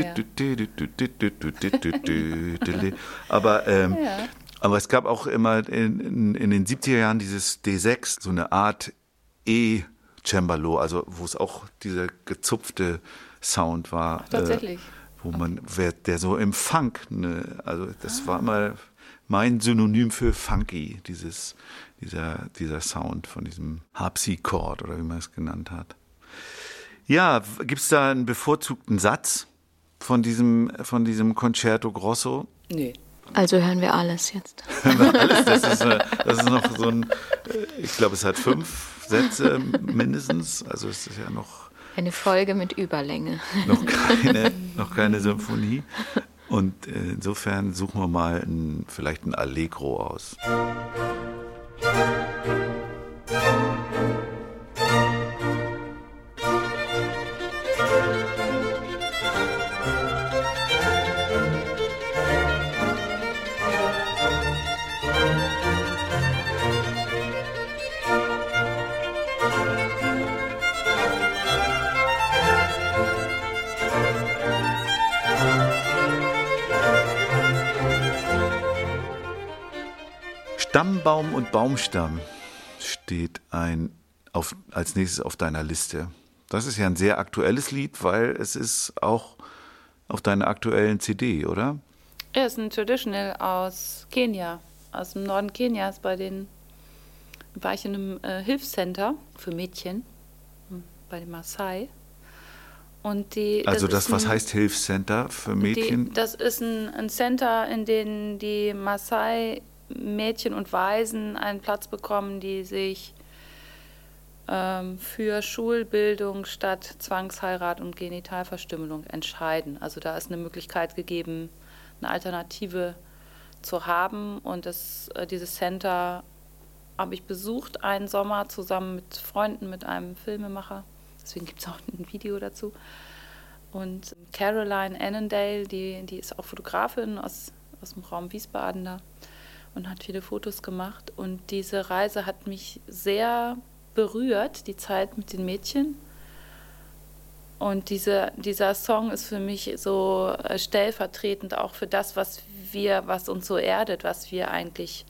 ja. aber, ähm, ja. aber es gab auch immer in, in, in den siebziger Jahren dieses D sechs, so eine Art E-Cembalo, also wo es auch dieser gezupfte Sound war. Ach, tatsächlich. Äh, wo man, der so im Funk, ne, also das ah. war immer mein Synonym für funky, dieses, dieser, dieser Sound von diesem Harpsichord oder wie man es genannt hat. Ja, gibt es da einen bevorzugten Satz von diesem, von diesem Concerto Grosso? Nee. Also hören wir alles jetzt. Hören wir alles? Das ist, das ist noch so ein, ich glaube, es hat fünf Sätze mindestens, also es ist ja noch... Eine Folge mit Überlänge. Noch keine, noch keine Symphonie. Und insofern suchen wir mal ein, vielleicht ein Allegro aus. Stammbaum und Baumstamm steht ein auf, als nächstes auf deiner Liste. Das ist ja ein sehr aktuelles Lied, weil es ist auch auf deiner aktuellen C D, oder? Er ist ein Traditional aus Kenia, aus dem Norden Kenias. Bei den war ich in einem äh, Hilfscenter für Mädchen, bei den Maasai. Und die, Also das, das was ein, heißt Hilfscenter für Mädchen? Die, das ist ein, ein Center, in dem die Maasai-Mädchen und Waisen einen Platz bekommen, die sich ähm, für Schulbildung statt Zwangsheirat und Genitalverstümmelung entscheiden. Also da ist eine Möglichkeit gegeben, eine Alternative zu haben. Und das, äh, dieses Center habe ich besucht einen Sommer zusammen mit Freunden, mit einem Filmemacher. Deswegen gibt es auch ein Video dazu. Und Caroline Annandale, die, die ist auch Fotografin aus, aus dem Raum Wiesbaden da und hat viele Fotos gemacht. Und diese Reise hat mich sehr berührt, die Zeit mit den Mädchen. Und diese, dieser Song ist für mich so stellvertretend auch für das, was wir, was uns so erdet, was wir eigentlich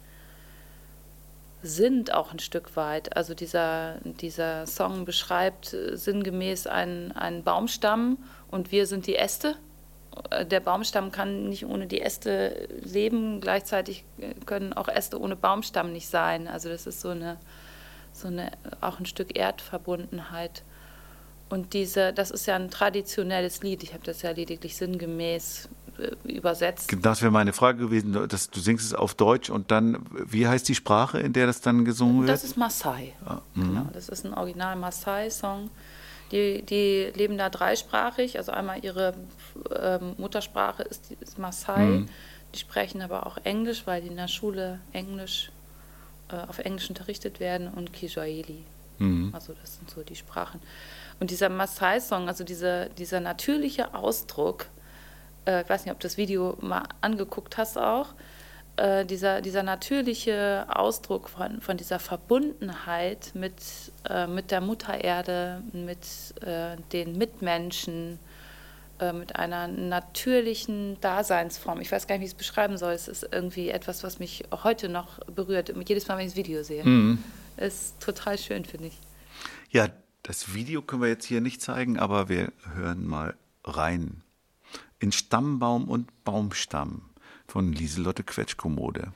sind, auch ein Stück weit. Also dieser, dieser Song beschreibt sinngemäß einen, einen Baumstamm und wir sind die Äste. Der Baumstamm kann nicht ohne die Äste leben, gleichzeitig können auch Äste ohne Baumstamm nicht sein. Also das ist so eine, so eine auch ein Stück Erdverbundenheit. Und diese, das ist ja ein traditionelles Lied, ich habe das ja lediglich sinngemäß äh, übersetzt. Das wäre meine Frage gewesen, dass du singst es auf Deutsch und dann, wie heißt die Sprache, in der das dann gesungen wird? Das ist Maasai, ah, genau, das ist ein Original Maasai-Song. Die, die leben da dreisprachig, also einmal ihre äh, Muttersprache ist, ist Maasai, mhm. Die sprechen aber auch Englisch, weil die in der Schule Englisch, äh, auf Englisch unterrichtet werden und Kiswahili, mhm. Also das sind so die Sprachen. Und dieser Maasai-Song, also diese, dieser natürliche Ausdruck, äh, ich weiß nicht, ob du das Video mal angeguckt hast auch, äh, dieser, dieser natürliche Ausdruck von, von dieser Verbundenheit mit, äh, mit der Mutter Erde, mit äh, den Mitmenschen, äh, mit einer natürlichen Daseinsform. Ich weiß gar nicht, wie ich es beschreiben soll. Es ist irgendwie etwas, was mich heute noch berührt, jedes Mal, wenn ich das Video sehe. Mhm. Ist total schön, finde ich. Ja, das Video können wir jetzt hier nicht zeigen, aber wir hören mal rein. In Stammbaum und Baumstamm von Lieselotte Quetschkommode.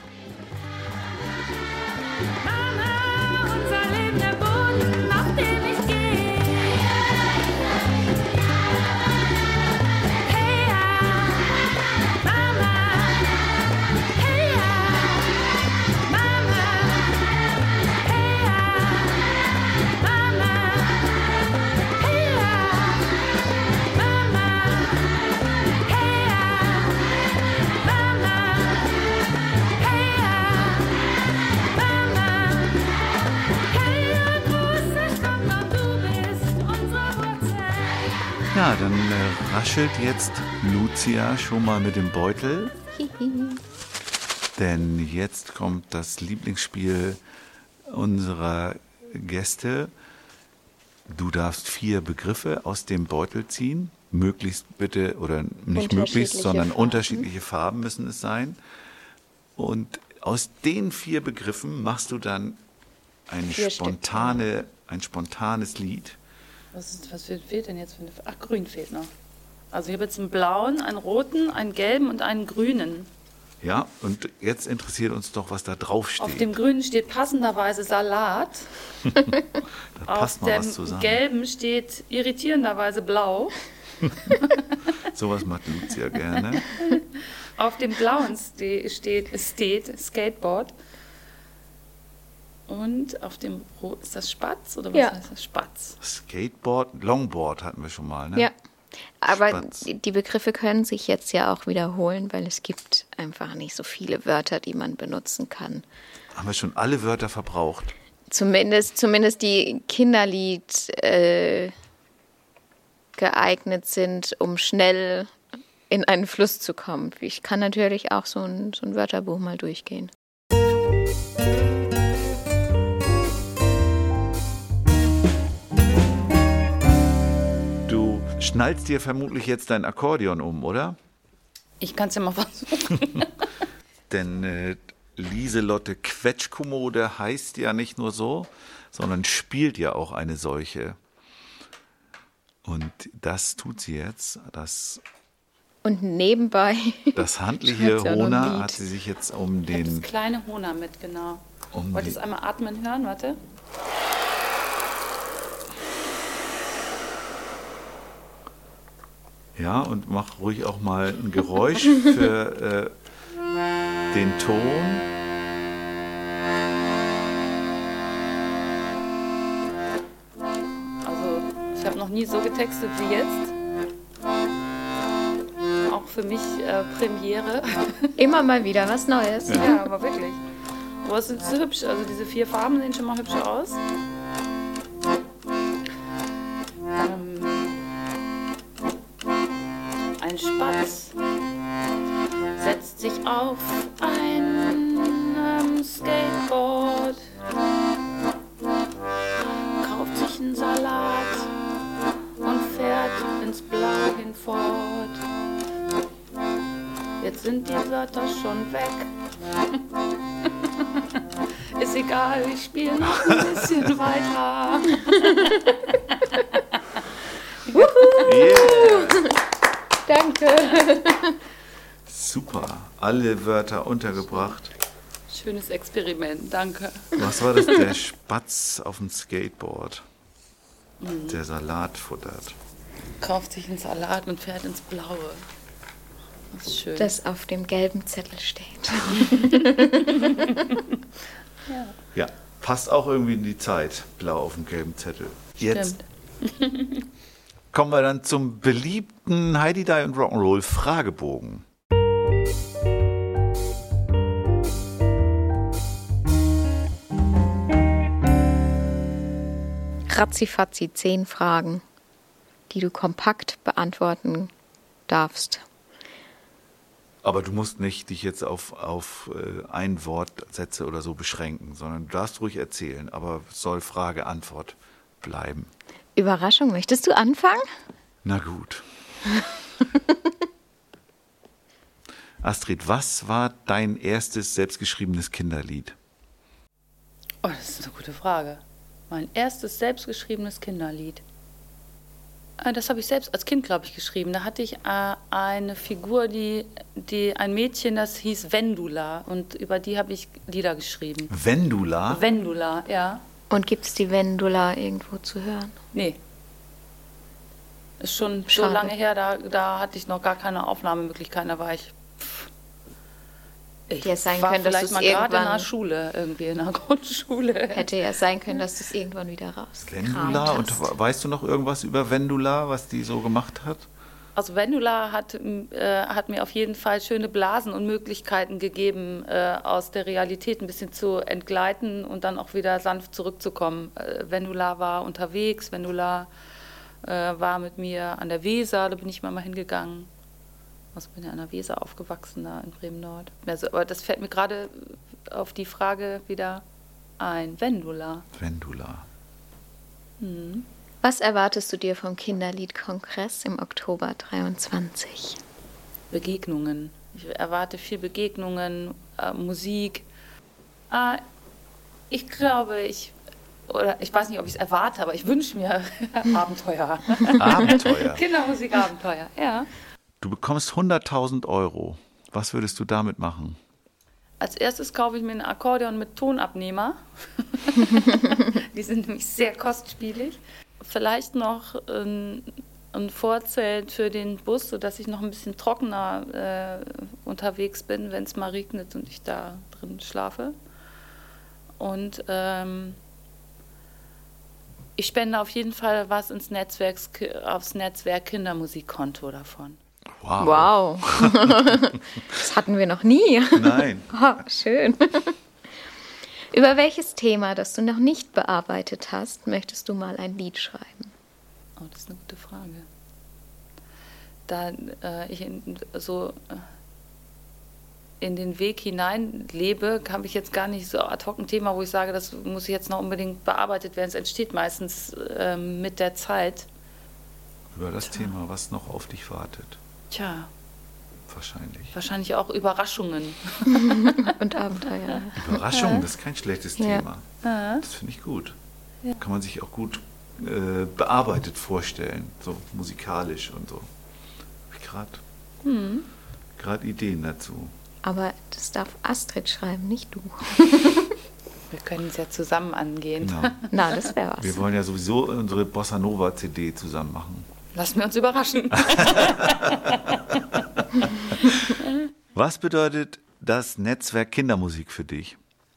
Mama, unser Leben der Boden, auf dem ich gehe. Hey ja, Mama, hey ja, Mama, hey ja, Mama, hey ja, Mama, hey ja, Mama, hey ja. Ja, dann äh, raschelt jetzt Lucia schon mal mit dem Beutel. Denn jetzt kommt das Lieblingsspiel unserer Gäste. Du darfst vier Begriffe aus dem Beutel ziehen. Möglichst bitte, oder nicht möglichst, sondern Farben. unterschiedliche Farben müssen es sein. Und aus den vier Begriffen machst du dann eine Vier spontane, ein spontanes Lied. Was, ist, was fehlt denn jetzt? Für eine, ach, grün fehlt noch. Also ich habe jetzt einen blauen, einen roten, einen gelben und einen grünen. Ja, und jetzt interessiert uns doch, was da drauf steht. Auf dem grünen steht passenderweise Salat. Da Auf passt mal was dem zusammen. gelben steht irritierenderweise blau. Sowas macht Lucia gerne. Auf dem blauen ste steht, steht Skateboard. Und auf dem roten, ist das Spatz oder was Ja. heißt das? Spatz. Skateboard, Longboard hatten wir schon mal, ne? Ja, aber Spatz. die, die Begriffe können sich jetzt ja auch wiederholen, weil es gibt einfach nicht so viele Wörter, die man benutzen kann. Haben wir schon alle Wörter verbraucht? Zumindest, zumindest die Kinderlied äh, geeignet sind, um schnell in einen Fluss zu kommen. Ich kann natürlich auch so ein, so ein Wörterbuch mal durchgehen. Du schnallst dir vermutlich jetzt dein Akkordeon um, oder? Ich kann es ja mal versuchen. Denn äh, Lieselotte Quetschkommode heißt ja nicht nur so, sondern spielt ja auch eine solche. Und das tut sie jetzt. Das, Und nebenbei. das handliche schreibt sie auch noch ein Hona Lied. hat sie sich jetzt um Ich habe das den. kleine Hona mit, genau. Um Wollt die- ihr es einmal atmen hören? Warte. Ja, und mach ruhig auch mal ein Geräusch für äh, den Ton. Also, ich habe noch nie so getextet wie jetzt. Auch für mich äh, Premiere. Immer mal wieder was Neues. Ja, aber wirklich. Aber es ist so hübsch. Also diese vier Farben sehen schon mal hübscher aus. Ähm, ein Spatz setzt sich auf ein ähm, Skateboard, kauft sich einen Salat und fährt ins Blau hinfort. Jetzt sind die Wörter schon weg. Ist egal, ich spiele noch ein bisschen weiter. Yeah. Danke. Super, alle Wörter untergebracht. Schönes Experiment, danke. Was war das? Der Spatz auf dem Skateboard. Der Salat futtert. Kauft sich einen Salat und fährt ins Blaue. Das ist schön. Das auf dem gelben Zettel steht. Ja, passt auch irgendwie in die Zeit. Blau auf dem gelben Zettel. Jetzt Stimmt. kommen wir dann zum beliebten Heidi Die und Rock'n'Roll Fragebogen. Ratzifatzi, zehn Fragen, die du kompakt beantworten darfst. Aber du musst nicht dich jetzt auf, auf äh, ein Wort, Sätze oder so beschränken, sondern du darfst ruhig erzählen, aber es soll Frage, Antwort bleiben. Überraschung, möchtest du anfangen? Na gut. Astrid, was war dein erstes selbstgeschriebenes Kinderlied? Oh, das ist eine gute Frage. Mein erstes selbstgeschriebenes Kinderlied. Äh, Das habe ich selbst als Kind, glaube ich, geschrieben. Da hatte ich äh, eine Figur, die, die ein Mädchen, das hieß Wendula. Und über die habe ich Lieder geschrieben. Wendula? Wendula, ja. Und gibt es die Wendula irgendwo zu hören? Nee. Ist schon so Schade. lange her, da, da hatte ich noch gar keine Aufnahmemöglichkeiten. Da war ich. pff, Ich Hätte ja sein war können, dass vielleicht du's mal gerade in der irgendwann- Schule, irgendwie in der Grundschule. Hätte ja sein können, dass du es irgendwann wieder rausgekramt Wendula? Und hast. we- weißt du noch irgendwas über Wendula, was die so gemacht hat? Also Wendula hat, m, äh, hat mir auf jeden Fall schöne Blasen und Möglichkeiten gegeben, äh, aus der Realität ein bisschen zu entgleiten und dann auch wieder sanft zurückzukommen. Äh, Wendula war unterwegs, Wendula äh, war mit mir an der Weser, da bin ich mal hingegangen. Also bin ja an der Weser aufgewachsen, da in Bremen-Nord. Also, aber das fällt mir gerade auf die Frage wieder ein. Wendula. Wendula. Was erwartest du dir vom Kinderliedkongress im Oktober dreiundzwanzig? Begegnungen. Ich erwarte viel Begegnungen, äh, Musik. Äh, ich glaube, ich, oder ich weiß nicht, ob ich es erwarte, aber ich wünsche mir Abenteuer. Abenteuer. Kindermusik, Abenteuer, ja. Du bekommst hunderttausend Euro. Was würdest du damit machen? Als erstes kaufe ich mir ein Akkordeon mit Tonabnehmer. Die sind nämlich sehr kostspielig. Vielleicht noch ein, ein Vorzelt für den Bus, sodass ich noch ein bisschen trockener äh, unterwegs bin, wenn es mal regnet und ich da drin schlafe. Und ähm, ich spende auf jeden Fall was ins Netzwerk, aufs Netzwerk Kindermusikkonto davon. Wow. Wow, das hatten wir noch nie. Nein. Oh, schön. Über welches Thema, das du noch nicht bearbeitet hast, möchtest du mal ein Lied schreiben? Oh, das ist eine gute Frage. Da äh, ich in, so äh, in den Weg hinein lebe, habe ich jetzt gar nicht so ad hoc ein Thema, wo ich sage, das muss jetzt noch unbedingt bearbeitet werden. Es entsteht meistens äh, mit der Zeit. Über das Thema, was noch auf dich wartet. Tja, wahrscheinlich. Wahrscheinlich auch Überraschungen. Und Abenteuer. Überraschung, das ist kein schlechtes Ja. Thema. Ja. Das finde ich gut. Kann man sich auch gut äh, bearbeitet vorstellen, so musikalisch und so. Hab ich gerade Hm. gerade Ideen dazu. Aber das darf Astrid schreiben, nicht du. Wir können es ja zusammen angehen. Genau. Na, das wäre was. Wir wollen ja sowieso unsere Bossa Nova C D zusammen machen. Lassen wir uns überraschen. Was bedeutet das Netzwerk Kindermusik für dich?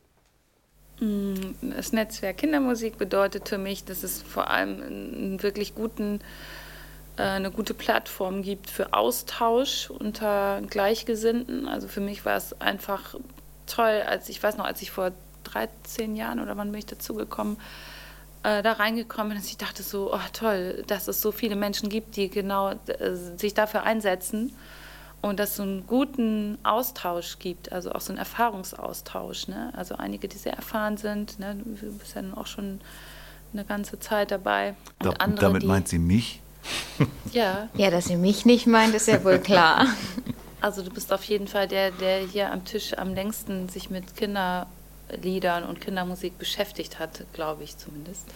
Das Netzwerk Kindermusik bedeutet für mich, dass es vor allem einen wirklich guten, äh, eine gute Plattform gibt für Austausch unter Gleichgesinnten. Also für mich war es einfach toll, als ich weiß noch, als ich vor dreizehn Jahren oder wann bin ich dazugekommen, äh, da reingekommen bin, dass ich dachte so, oh toll, dass es so viele Menschen gibt, die genau äh, sich dafür einsetzen. Und dass es so einen guten Austausch gibt, also auch so einen Erfahrungsaustausch. Ne? Also einige, die sehr erfahren sind, ne? Du bist ja auch schon eine ganze Zeit dabei. Und Da, andere, damit die, meint sie mich? Ja, Ja, dass sie mich nicht meint, ist ja wohl klar. also du bist auf jeden Fall der, der hier am Tisch am längsten sich mit Kinderliedern und Kindermusik beschäftigt hat, glaube ich zumindest.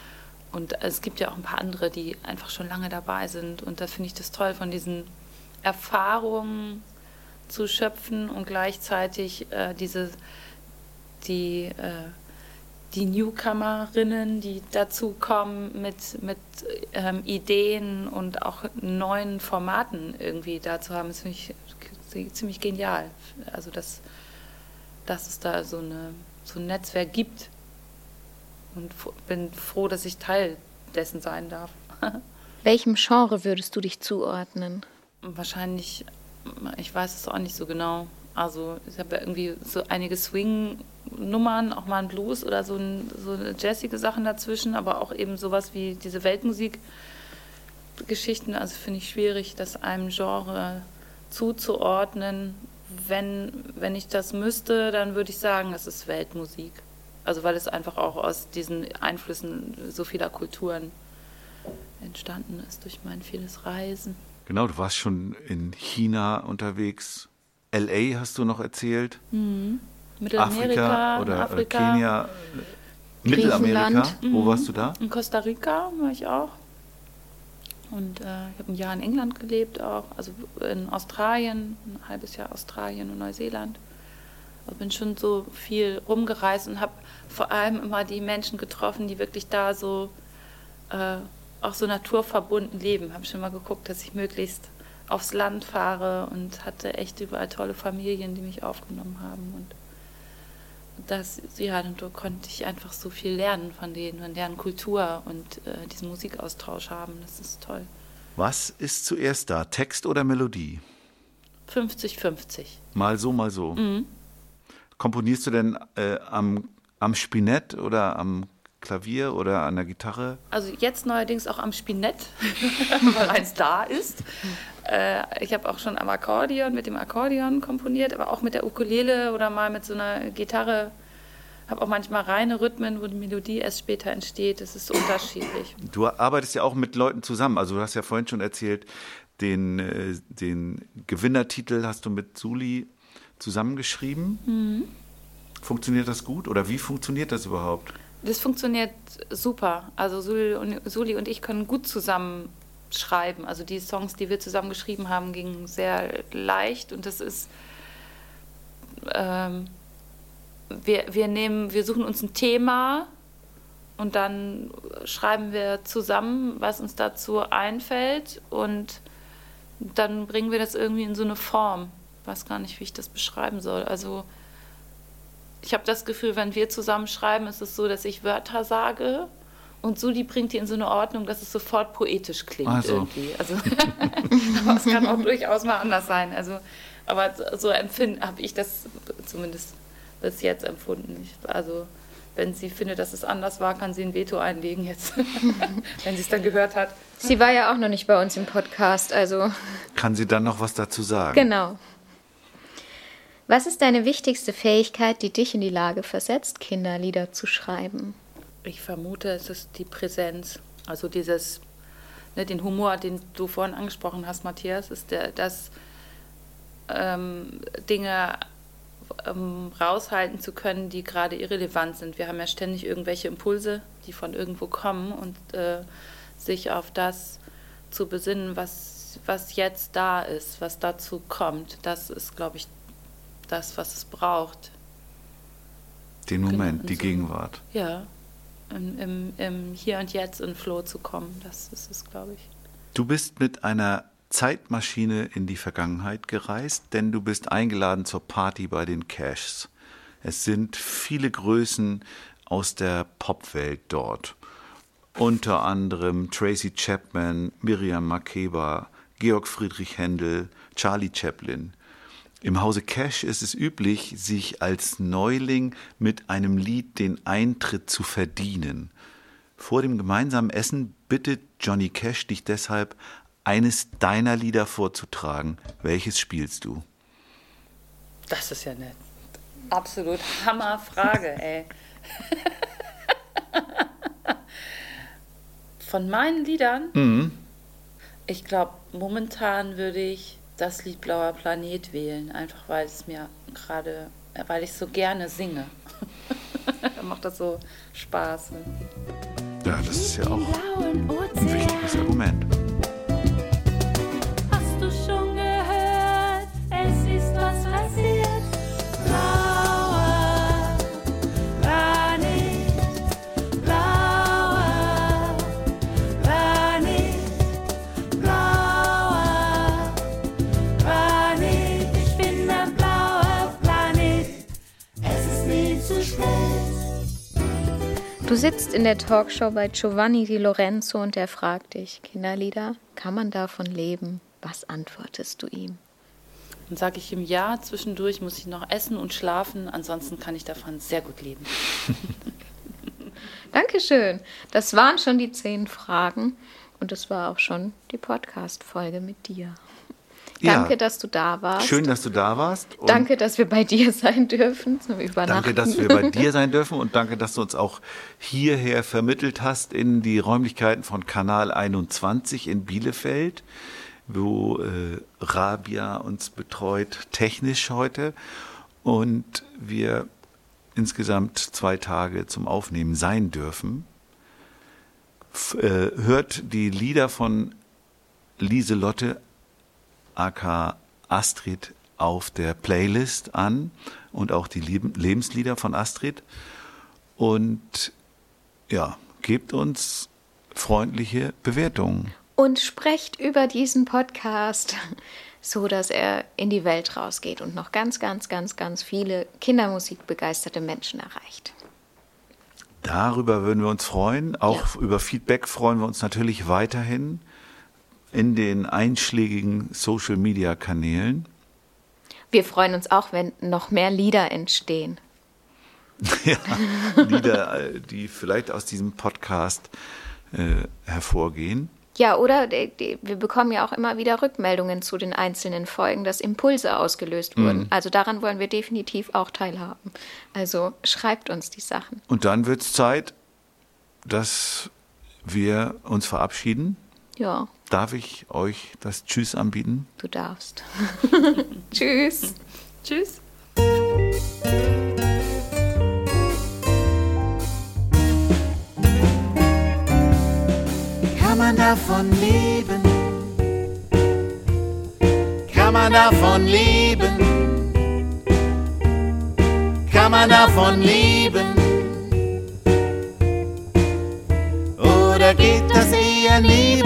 Und es gibt ja auch ein paar andere, die einfach schon lange dabei sind. Und da finde ich das toll, von diesen Erfahrungen zu schöpfen und gleichzeitig äh, diese, die, äh, die Newcomerinnen, die dazukommen mit, mit ähm, Ideen und auch neuen Formaten irgendwie dazu haben, das finde ich ziemlich genial. Also, dass, dass es da so, eine, so ein Netzwerk gibt und f- bin froh, dass ich Teil dessen sein darf. Welchem Genre würdest du dich zuordnen? Wahrscheinlich, ich weiß es auch nicht so genau. Also ich habe ja irgendwie so einige Swing-Nummern, auch mal ein Blues oder so, ein, so jazzige Sachen dazwischen, aber auch eben sowas wie diese Weltmusik-Geschichten. Also finde ich schwierig, das einem Genre zuzuordnen. Wenn, wenn ich das müsste, dann würde ich sagen, es ist Weltmusik. Also weil es einfach auch aus diesen Einflüssen so vieler Kulturen entstanden ist durch mein vieles Reisen. Genau, du warst schon in China unterwegs. L A hast du noch erzählt. Mittelamerika, Afrika oder Afrika, Kenia. äh, Mittelamerika. Griechenland. Wo warst du da? in Costa Rica war ich auch. Und äh, ich habe ein Jahr in England gelebt auch, also in Australien, ein halbes Jahr Australien und Neuseeland. Also bin schon so viel rumgereist und habe vor allem immer die Menschen getroffen, die wirklich da so äh, auch so naturverbunden leben. Habe schon mal geguckt, dass ich möglichst aufs Land fahre und hatte echt überall tolle Familien, die mich aufgenommen haben. Und das, ja, und da konnte ich einfach so viel lernen von denen, von deren Kultur und äh, diesen Musikaustausch haben. Das ist toll. Was ist zuerst da, Text oder Melodie? fünfzig fünfzig. Mal so, mal so. Mhm. Komponierst du denn äh, am, am Spinett oder am Klavier oder an der Gitarre? Also jetzt neuerdings auch am Spinett, weil eins da ist. Äh, ich habe auch schon am Akkordeon, mit dem Akkordeon komponiert, aber auch mit der Ukulele oder mal mit so einer Gitarre. Habe auch manchmal reine Rhythmen, wo die Melodie erst später entsteht. Das ist unterschiedlich. Du arbeitest ja auch mit Leuten zusammen. Also du hast ja vorhin schon erzählt, den, äh, den Gewinnertitel hast du mit Suli zusammengeschrieben. Mhm. Funktioniert das gut oder wie funktioniert das überhaupt? Das funktioniert super. Also Suli und, Suli und ich können gut zusammen schreiben. Also die Songs, die wir zusammen geschrieben haben, gingen sehr leicht. Und das ist, ähm, wir, wir nehmen, wir suchen uns ein Thema und dann schreiben wir zusammen, was uns dazu einfällt. Und dann bringen wir das irgendwie in so eine Form. Ich weiß gar nicht, wie ich das beschreiben soll. Also ich habe das Gefühl, wenn wir zusammen schreiben, ist es so, dass ich Wörter sage und Suli bringt die in so eine Ordnung, dass es sofort poetisch klingt Ach so. irgendwie. Also, aber es kann auch durchaus mal anders sein. Also, aber so empfinden habe ich das zumindest bis jetzt empfunden. Ich, also wenn sie findet, dass es anders war, kann sie ein Veto einlegen jetzt, wenn sie es dann gehört hat. Sie war ja auch noch nicht bei uns im Podcast, also Kann sie dann noch was dazu sagen? genau. Was ist deine wichtigste Fähigkeit, die dich in die Lage versetzt, Kinderlieder zu schreiben? Ich vermute, es ist die Präsenz, also dieses, ne, den Humor, den du vorhin angesprochen hast, Matthias, ist der, das, ähm, Dinge ähm, raushalten zu können, die gerade irrelevant sind. Wir haben ja ständig irgendwelche Impulse, die von irgendwo kommen und äh, sich auf das zu besinnen, was, was jetzt da ist, was dazu kommt. Das ist, glaube ich, das, was es braucht. Den Moment, Genau, die so. Gegenwart. Ja, im, im, im Hier und Jetzt in Flow zu kommen, das ist es, glaube ich. Du bist mit einer Zeitmaschine in die Vergangenheit gereist, denn du bist eingeladen zur Party bei den Cashs. Es sind viele Größen aus der Popwelt dort. Unter anderem Tracy Chapman, Miriam Makeba, Georg Friedrich Händel, Charlie Chaplin. Im Hause Cash ist es üblich, sich als Neuling mit einem Lied den Eintritt zu verdienen. Vor dem gemeinsamen Essen bittet Johnny Cash dich deshalb, eines deiner Lieder vorzutragen. Welches spielst du? Das ist ja eine absolut Hammerfrage, ey. Von meinen Liedern? Mhm. Ich glaube, momentan würde ich das Lied Blauer Planet wählen, einfach weil es mir gerade, weil ich so gerne singe. Da macht das so Spaß. Ja, das ist ja auch ein wichtiges Argument. Hast du schon gehört, es ist was passiert? Blauer Planet, blauer Planet, blauer Planet. Ich bin ein blauer Planet, es ist nie zu spät. Du sitzt in der Talkshow bei Giovanni Di Lorenzo und er fragt dich, Kinderlieder, kann man davon leben? Was antwortest du ihm? Dann sage ich ihm, ja, zwischendurch muss ich noch essen und schlafen, ansonsten kann ich davon sehr gut leben. Dankeschön. Das waren schon die zehn Fragen und das war auch schon die Podcast-Folge mit dir. Ja. Danke, dass du da warst. Schön, dass du da warst. Und Danke, dass wir bei dir sein dürfen zum Übernachten. danke, dass wir bei dir sein dürfen und danke, dass du uns auch hierher vermittelt hast in die Räumlichkeiten von Kanal einundzwanzig in Bielefeld, wo äh, Rabia uns betreut, technisch heute. Und wir insgesamt zwei Tage zum Aufnehmen sein dürfen. F- äh, hört die Lieder von Lieselotte aka Astrid auf der Playlist an und auch die Leb- Lebenslieder von Astrid und ja, gebt uns freundliche Bewertungen. Und sprecht über diesen Podcast, so dass er in die Welt rausgeht und noch ganz, ganz, ganz, ganz viele kindermusikbegeisterte Menschen erreicht. Darüber würden wir uns freuen. Auch Ja. über Feedback freuen wir uns natürlich weiterhin in den einschlägigen Social-Media-Kanälen. Wir freuen uns auch, wenn noch mehr Lieder entstehen. Ja, Lieder, äh, die vielleicht aus diesem Podcast äh, hervorgehen. Ja, oder die, die, wir bekommen ja auch immer wieder Rückmeldungen zu den einzelnen Folgen, dass Impulse ausgelöst wurden. Also daran wollen wir definitiv auch teilhaben. Also schreibt uns die Sachen. Und dann wird es Zeit, dass wir uns verabschieden. Ja, Darf ich euch das Tschüss anbieten? du darfst. Tschüss. Tschüss. Kann man davon leben? Kann man davon leben? Kann man davon leben? Oder geht das eher nie